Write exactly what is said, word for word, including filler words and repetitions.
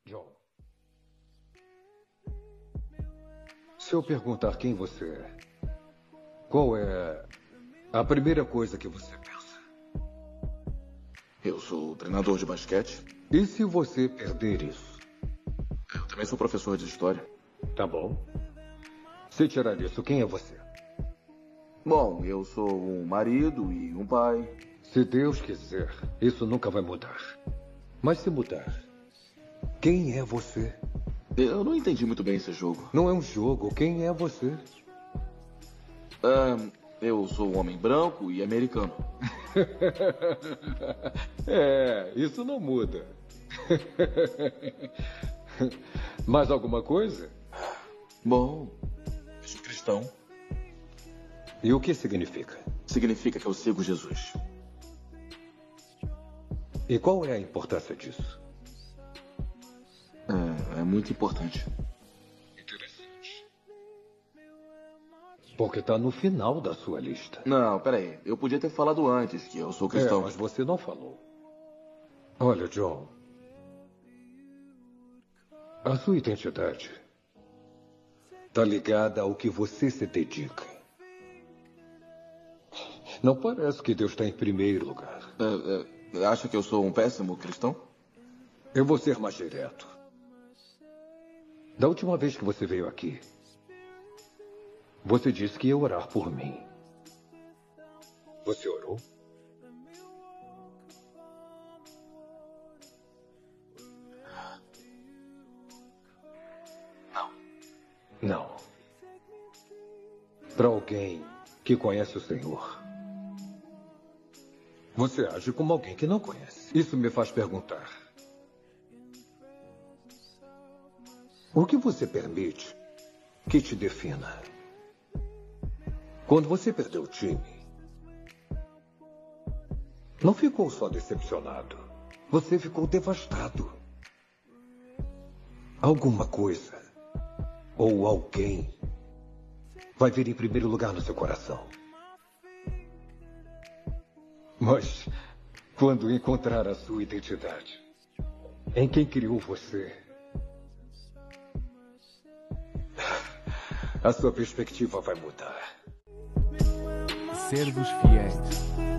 John, se eu perguntar quem você é, qual é a primeira coisa que você pensa? Eu sou treinador de basquete. E se você perder isso? Eu também sou professor de história. Tá bom. Se tirar isso, quem é você? Bom, eu sou um marido e um pai. Se Deus quiser, isso nunca vai mudar. Mas se mudar, quem é você? Eu não entendi muito bem esse jogo. Não é um jogo. Quem é você? Ah, eu sou um homem branco e americano. É, isso não muda. Mais alguma coisa? Bom, eu sou cristão. E o que significa? Significa que eu sigo Jesus. E qual é a importância disso? É, é muito importante. Interessante. Porque está no final da sua lista. Não, peraí. Eu podia ter falado antes que eu sou cristão. É, mas você não falou. Olha, John. A sua identidade está ligada ao que você se dedica. Não parece que Deus está em primeiro lugar. É, é, acha que eu sou um péssimo cristão? Eu vou ser mais direto. Da última vez que você veio aqui, você disse que ia orar por mim. Você orou? Não. Não. Para alguém que conhece o Senhor, você age como alguém que não conhece. Isso me faz perguntar: o que você permite que te defina? Quando você perdeu o time, não ficou só decepcionado. Você ficou devastado. Alguma coisa ou alguém vai vir em primeiro lugar no seu coração. Mas quando encontrar a sua identidade, em quem criou você, a sua perspectiva vai mudar. Servos fiéis.